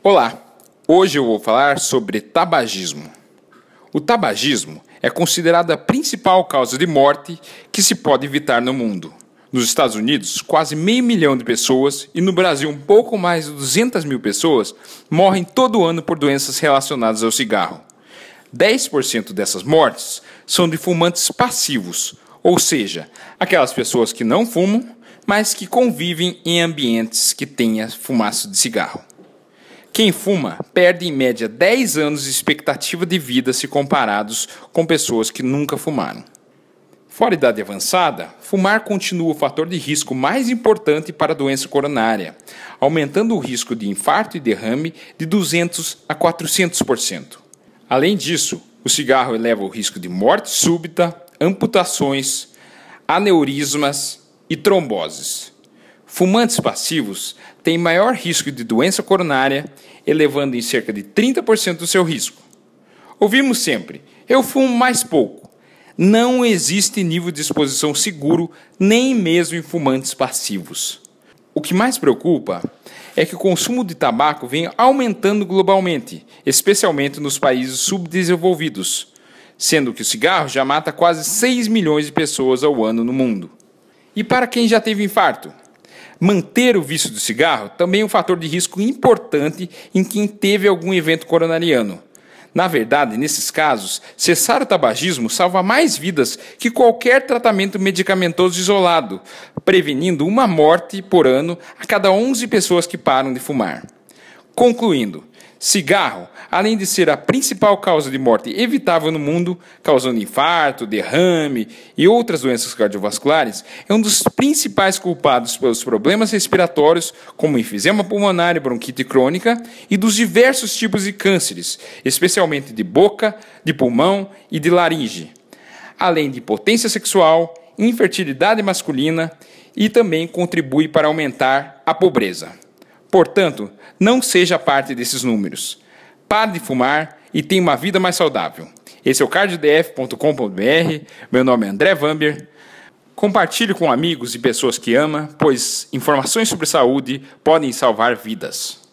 Olá, hoje eu vou falar sobre tabagismo. O tabagismo é considerado a principal causa de morte que se pode evitar no mundo. Nos Estados Unidos, quase 500 mil de pessoas e no Brasil um pouco mais de 200 mil pessoas morrem todo ano por doenças relacionadas ao cigarro. 10% dessas mortes são de fumantes passivos, ou seja, aquelas pessoas que não fumam, mas que convivem em ambientes que tenham fumaça de cigarro. Quem fuma perde em média 10 anos de expectativa de vida se comparados com pessoas que nunca fumaram. Fora a idade avançada, fumar continua o fator de risco mais importante para a doença coronária, aumentando o risco de infarto e derrame de 200% a 400%. Além disso, o cigarro eleva o risco de morte súbita, amputações, aneurismas e tromboses. Fumantes passivos têm maior risco de doença coronária, elevando em cerca de 30% o seu risco. Ouvimos sempre, eu fumo mais pouco. Não existe nível de exposição seguro, nem mesmo em fumantes passivos. O que mais preocupa é que o consumo de tabaco vem aumentando globalmente, especialmente nos países subdesenvolvidos, sendo que o cigarro já mata quase 6 milhões de pessoas ao ano no mundo. E para quem já teve infarto? Manter o vício do cigarro também é um fator de risco importante em quem teve algum evento coronariano. Na verdade, nesses casos, cessar o tabagismo salva mais vidas que qualquer tratamento medicamentoso isolado, prevenindo uma morte por ano a cada 11 pessoas que param de fumar. Concluindo, cigarro, além de ser a principal causa de morte evitável no mundo, causando infarto, derrame e outras doenças cardiovasculares, é um dos principais culpados pelos problemas respiratórios, como enfisema pulmonar e bronquite crônica, e dos diversos tipos de cânceres, especialmente de boca, de pulmão e de laringe, além de impotência sexual, infertilidade masculina e também contribui para aumentar a pobreza. Portanto, não seja parte desses números. Pare de fumar e tenha uma vida mais saudável. Esse é o cardiodf.com.br. Meu nome é André Vamber. Compartilhe com amigos e pessoas que ama, pois informações sobre saúde podem salvar vidas.